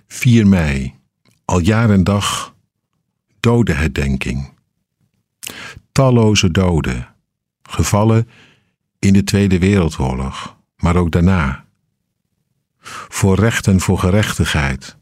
4 mei, al jaar en dag, dodenherdenking. Talloze doden, gevallen in de Tweede Wereldoorlog, maar ook daarna. Voor recht en voor gerechtigheid.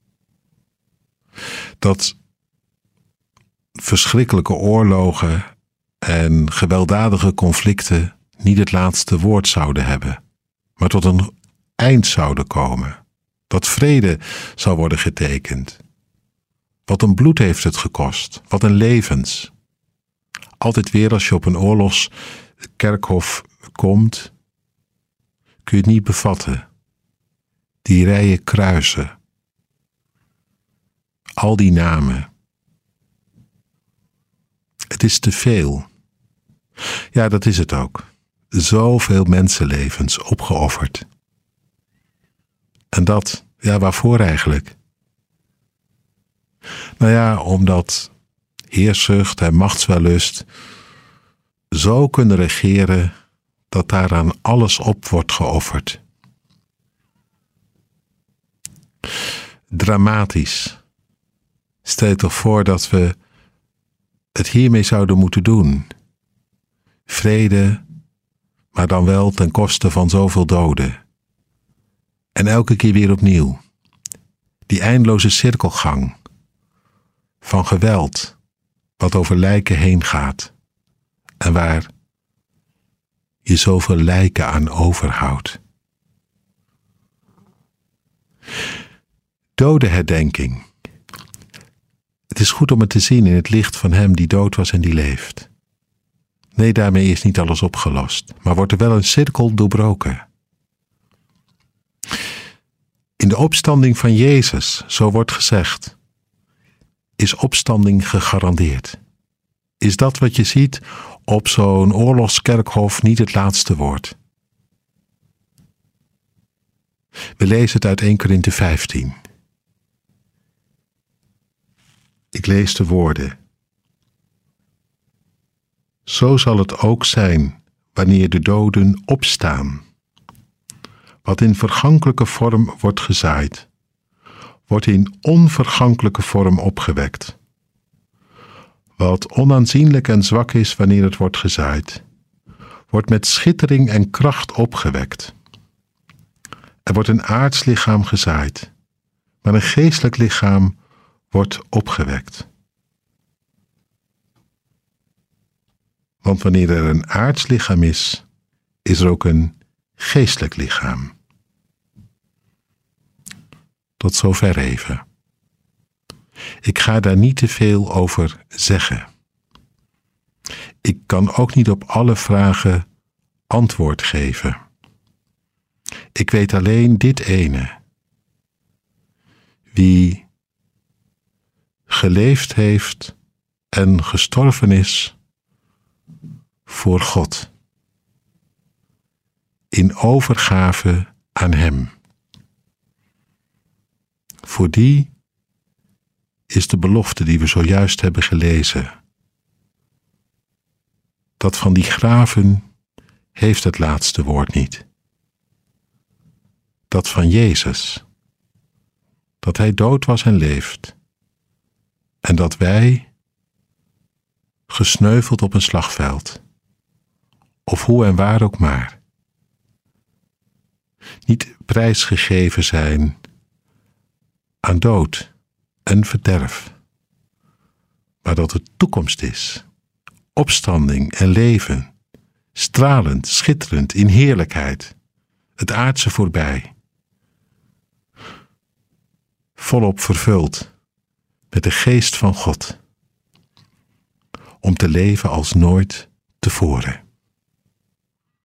Dat verschrikkelijke oorlogen en gewelddadige conflicten niet het laatste woord zouden hebben, maar tot een eind zouden komen. Dat vrede zou worden getekend. Wat een bloed heeft het gekost, wat een levens. Altijd weer als je op een oorlogskerkhof komt, kun je het niet bevatten. Die rijen kruisen. Al die namen. Het is te veel. Ja, dat is het ook. Zoveel mensenlevens opgeofferd. En dat, ja, waarvoor eigenlijk? Nou ja, omdat heerzucht en machtswellust zo kunnen regeren dat daaraan alles op wordt geofferd. Dramatisch. Stel je toch voor dat we het hiermee zouden moeten doen. Vrede, maar dan wel ten koste van zoveel doden. En elke keer weer opnieuw. Die eindeloze cirkelgang van geweld, wat over lijken heen gaat. En waar je zoveel lijken aan overhoudt. Dodenherdenking. Het is goed om het te zien in het licht van hem die dood was en die leeft. Nee, daarmee is niet alles opgelost, maar wordt er wel een cirkel doorbroken. In de opstanding van Jezus, zo wordt gezegd, is opstanding gegarandeerd. Is dat wat je ziet op zo'n oorlogskerkhof niet het laatste woord? We lezen het uit 1 Korinthe 15. Ik lees de woorden. Zo zal het ook zijn wanneer de doden opstaan. Wat in vergankelijke vorm wordt gezaaid, wordt in onvergankelijke vorm opgewekt. Wat onaanzienlijk en zwak is wanneer het wordt gezaaid, wordt met schittering en kracht opgewekt. Er wordt een aards lichaam gezaaid, maar een geestelijk lichaam wordt opgewekt. Want wanneer er een aards lichaam is, is er ook een geestelijk lichaam. Tot zover even. Ik ga daar niet te veel over zeggen. Ik kan ook niet op alle vragen antwoord geven. Ik weet alleen dit ene. Wie geleefd heeft en gestorven is voor God. In overgave aan hem. Voor die is de belofte die we zojuist hebben gelezen. Dat van die graven heeft het laatste woord niet. Dat van Jezus. Dat hij dood was en leeft. En dat wij, gesneuveld op een slagveld, of hoe en waar ook maar, niet prijsgegeven zijn aan dood en verderf, maar dat het toekomst is, opstanding en leven, stralend, schitterend in heerlijkheid, het aardse voorbij, volop vervuld met de geest van God, om te leven als nooit tevoren.